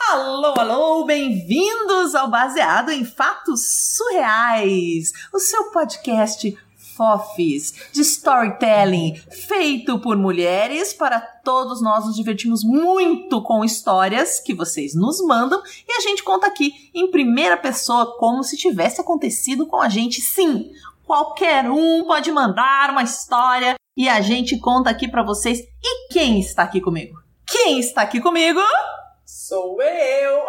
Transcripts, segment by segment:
Alô, alô, bem-vindos ao Baseado em Fatos Surreais, o seu podcast fofes de storytelling feito por mulheres para todos nós nos divertimos muito com histórias que vocês nos mandam e a gente conta aqui em primeira pessoa como se tivesse acontecido com a gente. Sim, qualquer um pode mandar uma história e a gente conta aqui para vocês. E quem está aqui comigo? Quem está aqui comigo? Sou eu!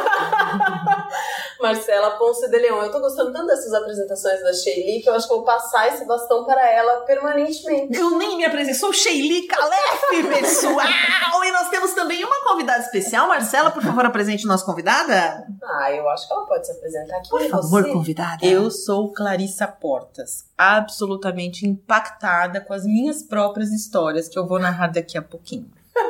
Marcela Ponce de Leão. Eu tô gostando tanto dessas apresentações da Sheili que eu acho que vou passar esse bastão para ela permanentemente. Eu nem me apresentei, sou Sheili Calef, pessoal! E nós temos também uma convidada especial. Marcela, por favor, apresente nossa convidada. Eu acho que ela pode se apresentar aqui. Por favor, convidada. Eu sou Clarissa Portas, absolutamente impactada com as minhas próprias histórias que eu vou narrar daqui a pouquinho.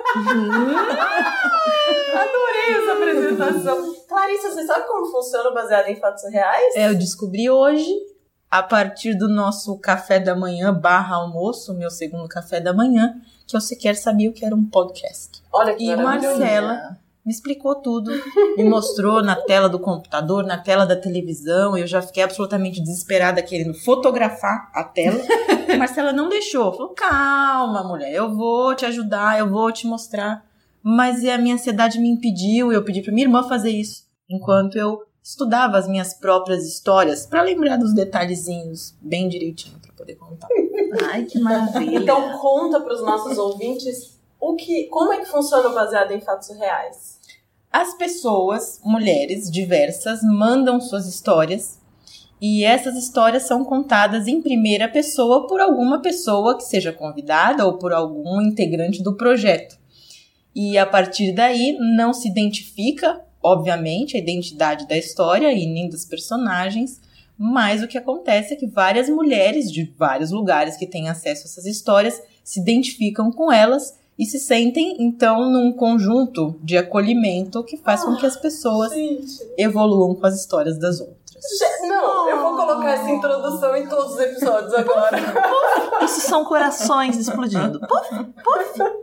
Adorei essa apresentação. Clarissa, você sabe como funciona o Baseado em Fatos Reais? Eu descobri hoje, a partir do nosso café da manhã /almoço, meu segundo café da manhã, que eu sequer sabia o que era um podcast. Olha que E Marcela me explicou tudo, me mostrou na tela do computador, na tela da televisão. Eu já fiquei absolutamente desesperada querendo fotografar a tela. E Marcela não deixou, falou: calma, mulher, eu vou te ajudar, eu vou te mostrar. Mas a minha ansiedade me impediu, eu pedi pra minha irmã fazer isso, enquanto eu estudava as minhas próprias histórias, pra lembrar dos detalhezinhos bem direitinho, pra poder contar. Ai, que maravilha. Então conta pros nossos ouvintes como é que funciona o Baseado em Fatos Reais. As pessoas, mulheres diversas, mandam suas histórias e essas histórias são contadas em primeira pessoa por alguma pessoa que seja convidada ou por algum integrante do projeto. E a partir daí não se identifica, obviamente, a identidade da história e nem dos personagens, mas o que acontece é que várias mulheres de vários lugares que têm acesso a essas histórias se identificam com elas e se sentem, então, num conjunto de acolhimento que faz com que as pessoas evoluam com as histórias das outras. Não, eu vou colocar essa introdução em todos os episódios agora. Isso são corações explodindo. Puf, puf, puf,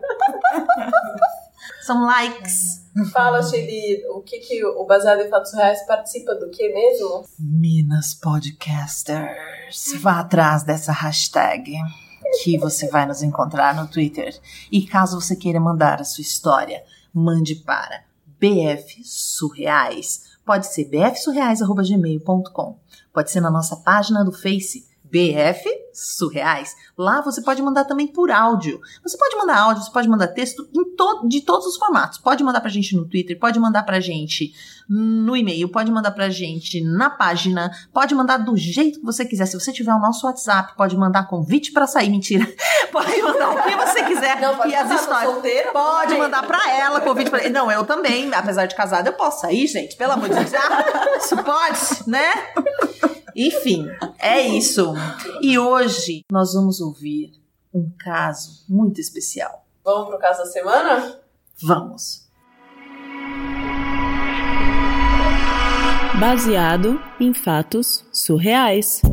puf. São likes. Fala, Sheili, o que o Baseado em Fatos Reais participa do que mesmo? Minas Podcasters. Vá atrás dessa hashtag que você vai nos encontrar no Twitter. E caso você queira mandar a sua história, mande para BF Surreais. Pode ser bfsurreais@gmail.com. Pode ser na nossa página do Face, BF Surreais. Lá você pode mandar também por áudio. Você pode mandar áudio, você pode mandar texto de todos os formatos. Pode mandar pra gente no Twitter, pode mandar pra gente no e-mail, pode mandar pra gente na página, pode mandar do jeito que você quiser. Se você tiver o nosso WhatsApp, pode mandar convite pra sair. Mentira. Pode mandar o que você quiser. Não, pode e as histórias. Solteira, pode mandar pra ela, convite pra... Não, eu também, apesar de casada, eu posso sair, gente. Pelo amor de Deus. Isso pode, né? Enfim, é isso. E hoje nós vamos ouvir um caso muito especial. Vamos pro caso da semana? Vamos. Baseado em fatos surreais.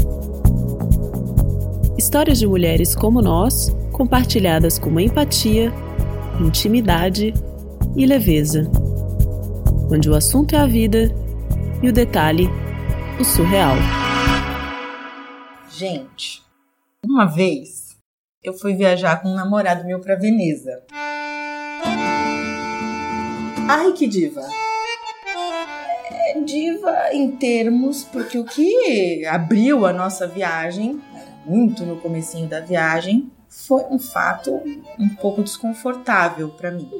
Histórias de mulheres como nós, compartilhadas com empatia, intimidade e leveza. Onde o assunto é a vida e o detalhe, o surreal. Gente, uma vez eu fui viajar com um namorado meu pra Veneza. Ai, que diva. É diva em termos, porque o que abriu a nossa viagem, muito no comecinho da viagem, foi um fato um pouco desconfortável pra mim.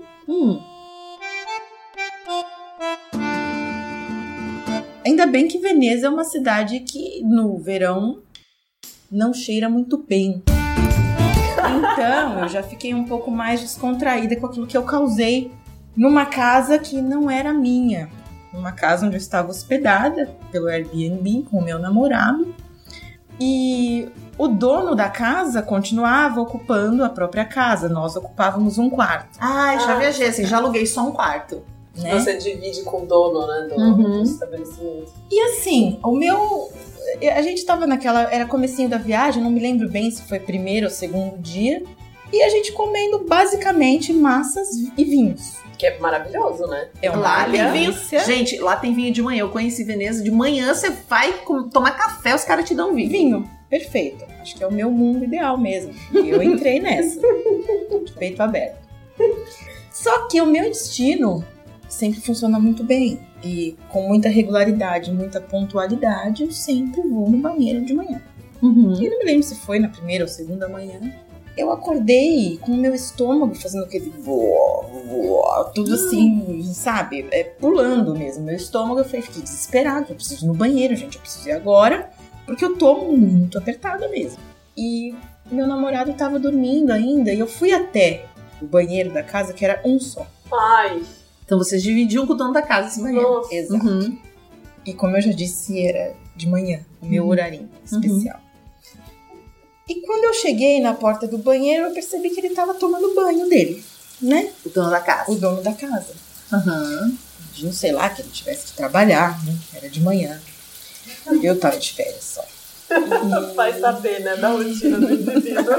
Ainda bem que Veneza é uma cidade que no verão não cheira muito bem. Então eu já fiquei um pouco mais descontraída com aquilo que eu causei numa casa que não era minha. Numa casa onde eu estava hospedada pelo Airbnb com o meu namorado. E o dono da casa continuava ocupando a própria casa. Nós ocupávamos um quarto. Já viajei assim, já aluguei só um quarto. Né? Você divide com o dono, né? Do estabelecimento. E assim, a gente tava naquela... Era comecinho da viagem, não me lembro bem se foi primeiro ou segundo dia. E a gente comendo basicamente massas e vinhos. Que é maravilhoso, né? É uma Lá tem vinho. delícia. Gente, lá tem vinho de manhã. Eu conheci Veneza. De manhã você vai tomar café, os caras te dão vinho. Vinho, perfeito. Acho que é o meu mundo ideal mesmo. E eu entrei nessa. De peito aberto. Só que o meu destino sempre funciona muito bem. E com muita regularidade, muita pontualidade, eu sempre vou no banheiro de manhã. Uhum. E eu não me lembro se foi na primeira ou segunda manhã. Eu acordei com o meu estômago fazendo aquele tudo assim, sabe? Pulando mesmo. Meu estômago, eu fiquei desesperada. Eu preciso ir no banheiro, gente. Eu preciso ir agora. Porque eu tô muito apertada mesmo. E meu namorado tava dormindo ainda. E eu fui até o banheiro da casa, que era um só. Ai. Então vocês dividiam com o dono da casa esse banheiro. Nossa. Exato. Uhum. E como eu já disse, era de manhã. O meu horarinho especial. E quando eu cheguei na porta do banheiro, eu percebi que ele tava tomando banho dele, né? O dono da casa. O dono da casa. Uhum. Não sei lá, que ele tivesse que trabalhar, né? Era de manhã. Eu tava de férias só. Vai saber, né? Da rotina do indivíduo.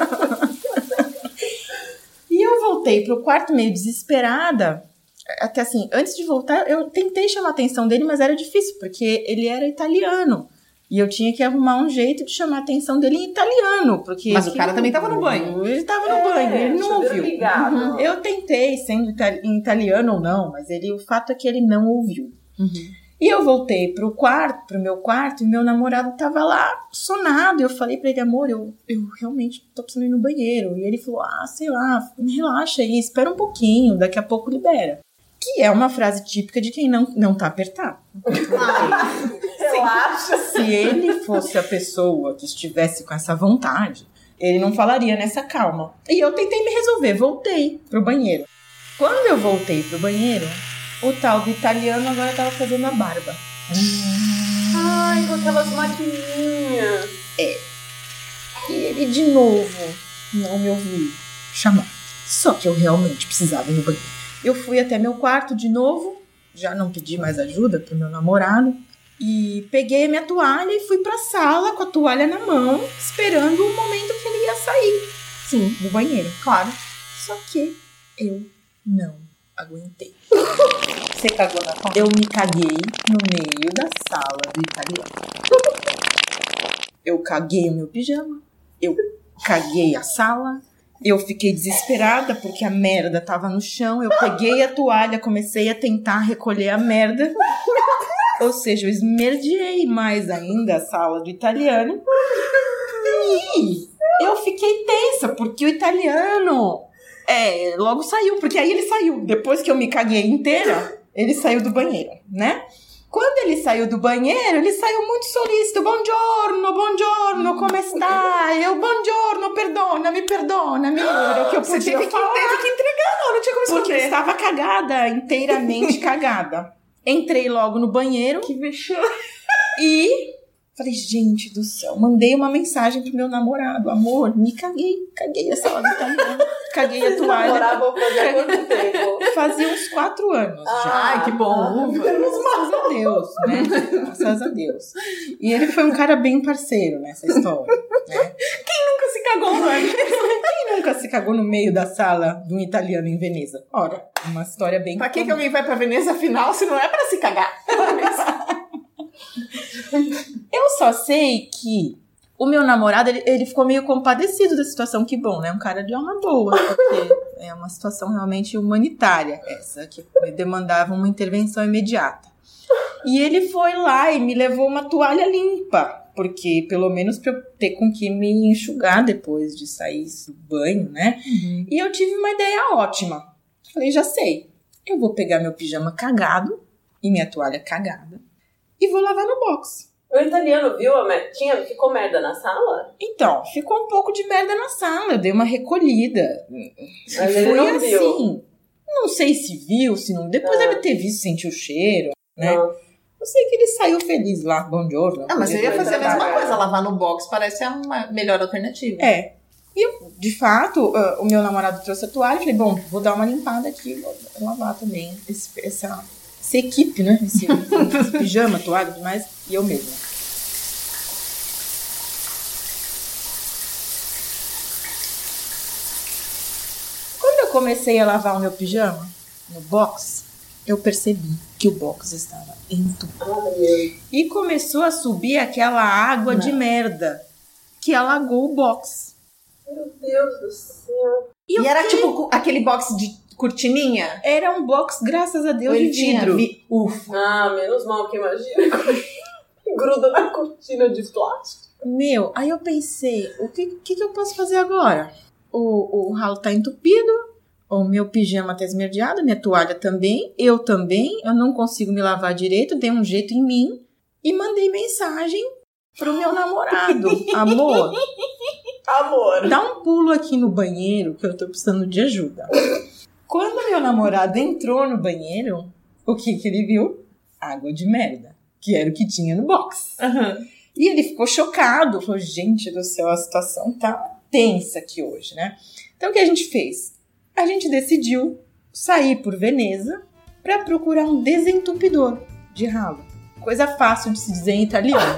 E eu voltei pro quarto meio desesperada. Até assim, antes de voltar, eu tentei chamar a atenção dele, mas era difícil, porque ele era italiano. E eu tinha que arrumar um jeito de chamar a atenção dele em italiano. Porque Mas o cara também tava no banho. Ele tava no banho, ele não ouviu. Ligado. Uhum. Eu tentei, sendo em italiano ou não, mas o fato é que ele não ouviu. Uhum. E eu voltei pro meu quarto, e meu namorado tava lá, sonado. Eu falei pra ele, amor, eu realmente tô precisando ir no banheiro. E ele falou, sei lá, relaxa aí, espera um pouquinho, daqui a pouco libera. Que é uma frase típica de quem não tá apertado. Relaxa. Se ele fosse a pessoa que estivesse com essa vontade, ele não falaria nessa calma. E eu tentei me resolver, voltei pro banheiro. Quando eu voltei pro banheiro, o tal do italiano agora tava fazendo a barba. Ai, com aquelas maquininhas. E ele de novo não me ouviu chamar. Só que eu realmente precisava ir no banheiro. Eu fui até meu quarto de novo, já não pedi mais ajuda pro meu namorado. E peguei a minha toalha e fui pra sala com a toalha na mão, esperando o momento que ele ia sair. Sim, do banheiro, claro. Só que eu não aguentei. Você cagou na porta? Eu me caguei no meio da sala do italiano. Eu caguei o meu pijama, eu caguei a sala, eu fiquei desesperada porque a merda tava no chão, eu peguei a toalha, comecei a tentar recolher a merda. Ou seja, eu esmerdeei mais ainda a sala do italiano. E eu fiquei tensa, porque o italiano logo saiu, porque aí ele saiu. Depois que eu me caguei inteira, ele saiu do banheiro, né? Quando ele saiu do banheiro, ele saiu muito solícito. Buongiorno, come sta? Eu, buongiorno, me perdona. Era o que eu podia falar. Teve que entregar, não tinha como esconder. Porque eu estava cagada, inteiramente cagada. Entrei logo no banheiro. Que vexame. E falei, gente do céu, mandei uma mensagem pro meu namorado. Amor, me caguei a sala do italiano. Caguei a toalha. Namoravam fazia quanto tempo? Fazia uns 4 anos já. Ai, que bom. Graças a Deus, né? Graças a Deus. E ele foi um cara bem parceiro nessa história, né? Nunca se cagou, mano. Quem nunca se cagou no meio da sala de um italiano em Veneza? Ora, uma história bem... Pra que alguém vai pra Veneza afinal se não é pra se cagar? Eu só sei que o meu namorado, ele ficou meio compadecido da situação. Que bom, né? Um cara de alma boa, porque é uma situação realmente humanitária essa, que demandava uma intervenção imediata. E ele foi lá e me levou uma toalha limpa, porque pelo menos pra eu ter com que me enxugar depois de sair do banho, né? Uhum. E eu tive uma ideia ótima. Falei, já sei, eu vou pegar meu pijama cagado e minha toalha cagada e vou lavar no box. O italiano viu ficou merda na sala? Então, ficou um pouco de merda na sala. Eu dei uma recolhida. Mas ele não assim. viu. Não sei se viu, se não. Depois deve ter visto, sentiu o cheiro, né? Não. Eu sei que ele saiu feliz lá, buongiorno. Mas eu ia fazer a mesma trabalhar. coisa, lavar no box. Parece a melhor alternativa. É. E eu, de fato, o meu namorado trouxe a toalha. Falei, bom, vou dar uma limpada aqui, vou lavar também essa equipe, né? Esse pijama, toalha e tudo mais. E eu mesma. comecei a lavar o meu pijama no box, eu percebi que o box estava entupido. E começou a subir aquela água de merda que alagou o box. Meu Deus do céu. E era tipo aquele box de cortininha? Era um box, graças a Deus, de vidro. Ufa. Ah, menos mal que imagina. Gruda na cortina de plástico. Meu, aí eu pensei, o que eu posso fazer agora? O ralo tá entupido, o meu pijama tá esmerdeado, minha toalha também, eu não consigo me lavar direito, dei um jeito em mim e mandei mensagem pro meu namorado. Amor, dá um pulo aqui no banheiro que eu tô precisando de ajuda. Quando meu namorado entrou no banheiro, o que ele viu? Água de merda, que era o que tinha no box. E ele ficou chocado, falou, gente do céu, a situação tá tensa aqui hoje, né? Então o que a gente fez? A gente decidiu sair por Veneza para procurar um desentupidor de ralo. Coisa fácil de se dizer em italiano.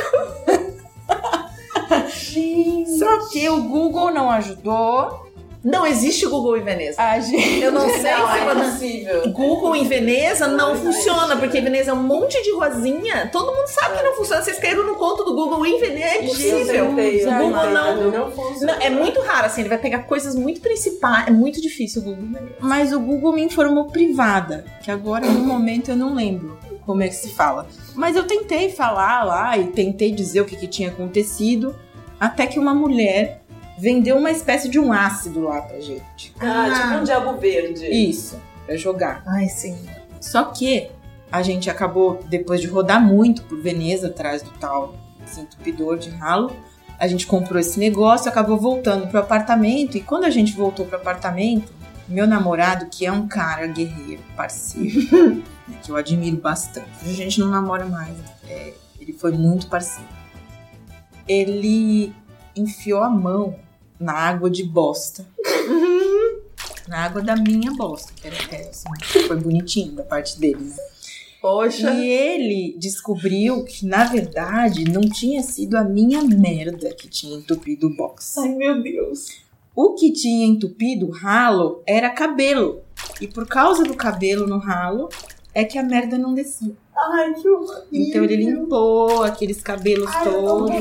Só que o Google não ajudou. Não existe Google em Veneza. Eu não sei Não, se é impossível. Google em Veneza não funciona, porque Veneza é um monte de rosinha. Todo mundo sabe que não funciona. Vocês caíram no conto do Google em Veneza. É impossível. O Google não funciona. Não, é muito raro, assim. Ele vai pegar coisas muito principais. É muito difícil o Google em Veneza. Mas o Google me informou privada, que agora no momento eu não lembro como é que se fala. Mas eu tentei falar lá e tentei dizer o que tinha acontecido, até que uma mulher vendeu uma espécie de um ácido lá pra gente. Tipo um diabo verde. Isso, pra jogar. Ai, sim. Só que a gente acabou, depois de rodar muito por Veneza, atrás do tal desentupidor de ralo, a gente comprou esse negócio, acabou voltando pro apartamento, e quando a gente voltou pro apartamento, meu namorado, que é um cara guerreiro, parceiro, que eu admiro bastante, a gente não namora mais, ele foi muito parceiro. Ele enfiou a mão na água de bosta. Na água da minha bosta, que era assim, foi bonitinho da parte dele, né? Poxa. E ele descobriu que, na verdade, não tinha sido a minha merda que tinha entupido o box. Ai, meu Deus. O que tinha entupido o ralo era cabelo. E por causa do cabelo no ralo, é que a merda não descia. Ai, que horrível. Então ele limpou aqueles cabelos todos.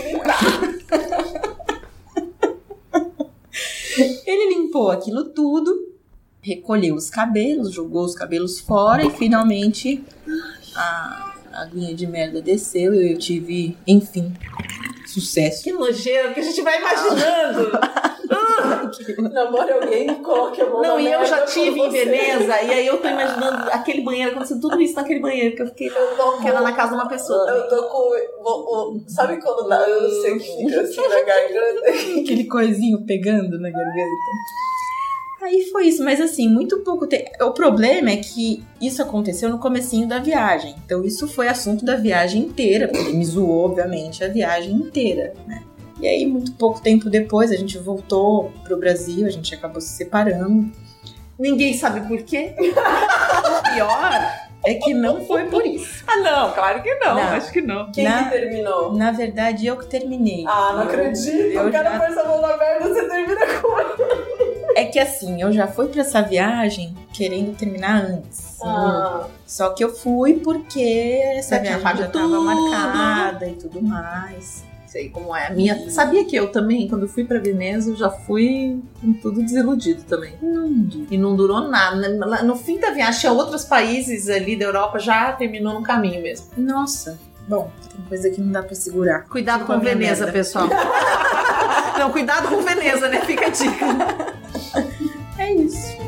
Ele limpou aquilo tudo, recolheu os cabelos, jogou os cabelos fora e finalmente a aguinha de merda desceu e eu tive, enfim, sucesso. Que nojeira, porque a gente vai imaginando. Namore alguém e coloque a mão na Não, e eu merda já por tive em você. Veneza, e aí eu tô imaginando aquele banheiro, acontecendo tudo isso naquele banheiro, que eu fiquei que era na casa de uma pessoa. Eu tô com... Sabe quando dá? Eu não sei o que fica assim na garganta. Aquele coisinho pegando na garganta. Aí foi isso, mas assim, muito pouco tempo. O problema é que isso aconteceu no comecinho da viagem. Então isso foi assunto da viagem inteira, porque ele me zoou, obviamente, a viagem inteira, né? E aí, muito pouco tempo depois, a gente voltou pro Brasil, a gente acabou se separando. Ninguém sabe por quê. O pior é que não foi por isso. Ah, não, claro que não. Não. Acho que não. Quem que terminou? Na verdade, eu que terminei. Ah, não acredito. O cara pôs a mão na merda, você termina com ele. É que assim, eu já fui pra essa viagem querendo terminar antes. Só que eu fui porque essa viagem já tava marcada e tudo mais. Sei como é. A minha... Sabia que eu também, quando fui pra Veneza, eu já fui com tudo desiludido também. E não durou nada. No fim da viagem, tinha outros países ali da Europa, já terminou no caminho mesmo. Nossa. Bom, tem coisa que não dá pra segurar. Cuidado com Veneza, pessoal. Não, cuidado com Veneza, né? Fica a dica. É isso.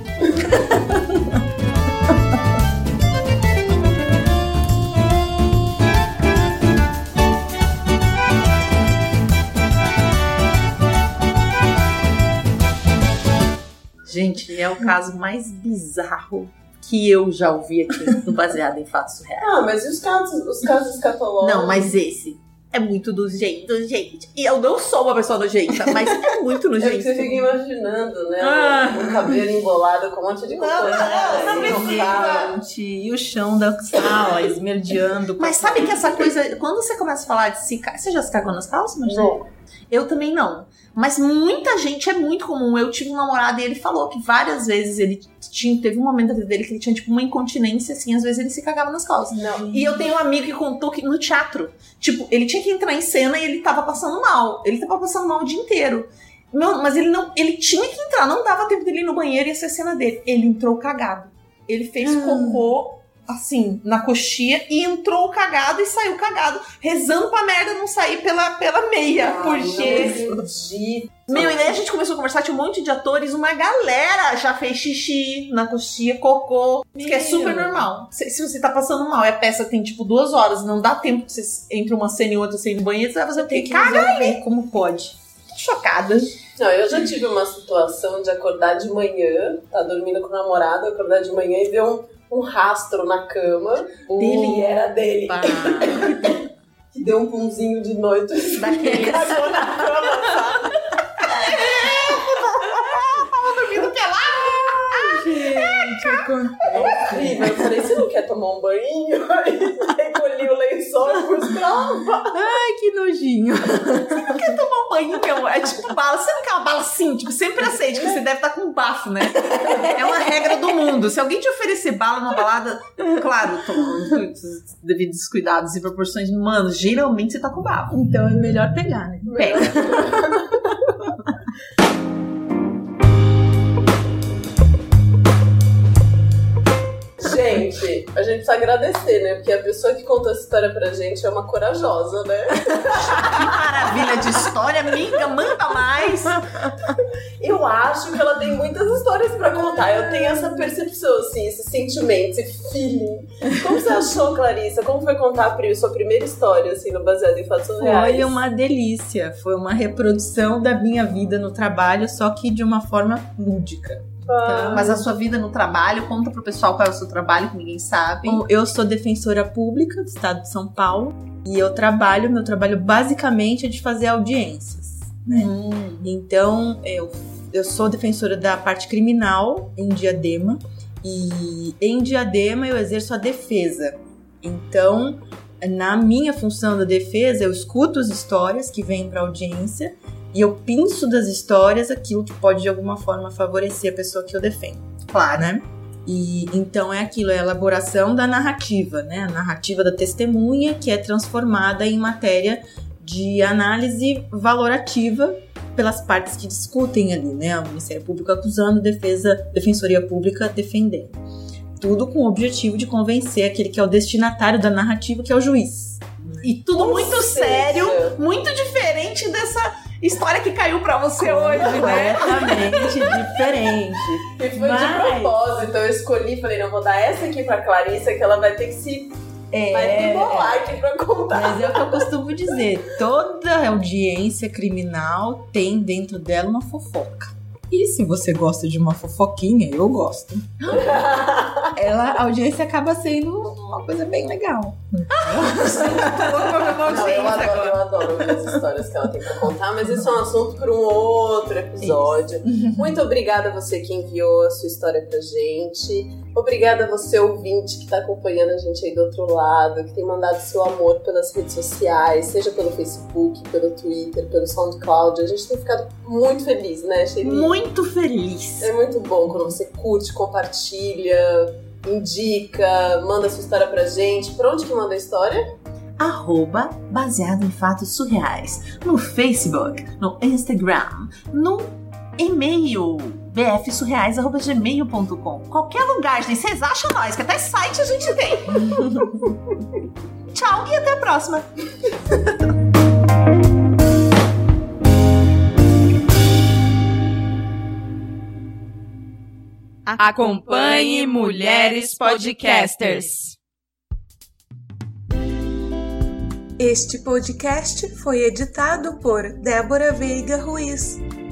Gente, é o caso mais bizarro que eu já ouvi aqui no Baseado em Fatos Reais. Ah, mas e os casos escatológicos? Não, mas esse é muito do jeito, gente. E eu não sou uma pessoa nojenta, mas é muito É que nojento. você fica imaginando, né? O cabelo embolado com um monte de Gente, e o chão da sala esmerdeando. Mas sabe que essa coisa, quando você começa a falar de se cagar, você já se cagou nas calças, mas Não. Eu também não. Mas muita gente é muito comum. Eu tive um namorado e ele falou que várias vezes teve um momento da vida dele que ele tinha tipo uma incontinência, assim, às vezes ele se cagava nas calças. Não. E eu tenho um amigo que contou que no teatro, tipo, ele tinha que entrar em cena e ele tava passando mal. Ele tava passando mal o dia inteiro. Mas ele tinha que entrar, não dava tempo dele ir no banheiro e essa é a cena dele. Ele entrou cagado. Ele fez cocô, assim, na coxinha e entrou cagado e saiu cagado, rezando pra merda não sair pela meia. Porque... Meu, e daí a gente começou a conversar, tinha um monte de atores, uma galera já fez xixi na coxinha, cocô, que é super normal. Se você tá passando mal, a peça tem tipo 2 horas, não dá tempo que você entre uma cena e outra, você ir no banheiro, você vai fazer o quê? Caga como pode. Tô chocada. Não, eu já tive uma situação de acordar de manhã, tá dormindo com o namorado, acordar de manhã e ver um rastro na cama. Dele era dele. Que deu um punzinho de noite e cagou na cama, sabe? Tava dormindo pelado. Gente, É incrível. Eu falei, você não quer tomar um banho? Aí colhi o lençol e pus trava. ai, que nojinho. Você não quer tomar um banho, meu? É tipo bala. Você não quer uma bala assim? Tipo, sempre aceite que você deve estar com um bafo, né? É uma regra do mundo. Se alguém te oferecer bala numa balada, claro, tomando os devidos cuidados e proporções, mano, geralmente você tá com bafo. Então é melhor pegar, né? Pega. Gente, a gente precisa agradecer, né? Porque a pessoa que contou essa história pra gente é uma corajosa, né? Que maravilha de história, amiga. Manda mais. Eu acho que ela tem muitas histórias pra contar. Eu tenho essa percepção, assim, esse sentimento, esse feeling. Como você achou, Clarissa? Como foi contar a sua primeira história, assim, no Baseado em Fatos Reais? Foi uma delícia. Foi uma reprodução da minha vida no trabalho, só que de uma forma lúdica. Então, mas a sua vida no trabalho, conta pro pessoal qual é o seu trabalho, que ninguém sabe. Eu sou defensora pública do estado de São Paulo e meu trabalho basicamente é de fazer audiências, né? Então, eu sou defensora da parte criminal em Diadema e em Diadema eu exerço a defesa. Então, na minha função da defesa, eu escuto as histórias que vêm para audiência e eu pinço das histórias aquilo que pode de alguma forma favorecer a pessoa que eu defendo. Claro, né? E então é aquilo, é a elaboração da narrativa, né? A narrativa da testemunha que é transformada em matéria de análise valorativa pelas partes que discutem ali, né? O Ministério Público acusando, Defensoria Pública defendendo. Tudo com o objetivo de convencer aquele que é o destinatário da narrativa, que é o juiz. E tudo muito sério, muito diferente dessa história que caiu pra você hoje, né? Completamente diferente. E foi de propósito. Eu escolhi, falei, não, vou dar essa aqui pra Clarissa, que ela vai ter que se... vai embolar aqui pra contar. Mas é o que eu costumo dizer. Toda audiência criminal tem dentro dela uma fofoca. E se você gosta de uma fofoquinha, eu gosto. A audiência acaba sendo uma coisa bem legal. Eu adoro as histórias que ela tem pra contar, mas isso é um assunto para um outro episódio. Muito obrigada a você que enviou a sua história pra gente. Obrigada a você, ouvinte, que tá acompanhando a gente aí do outro lado, que tem mandado seu amor pelas redes sociais, seja pelo Facebook, pelo Twitter, pelo SoundCloud. A gente tem ficado muito feliz, né, Shelly? Muito feliz. É muito bom quando você curte, compartilha, indica, manda sua história pra gente. Pra onde que manda a história? @baseado em fatos surreais. No Facebook, no Instagram, no e-mail bfsurreais@gmail.com. Qualquer lugar, gente. Vocês acham nós, que até site a gente tem. Tchau e até a próxima. Acompanhe Mulheres Podcasters. Este podcast foi editado por Débora Veiga Ruiz.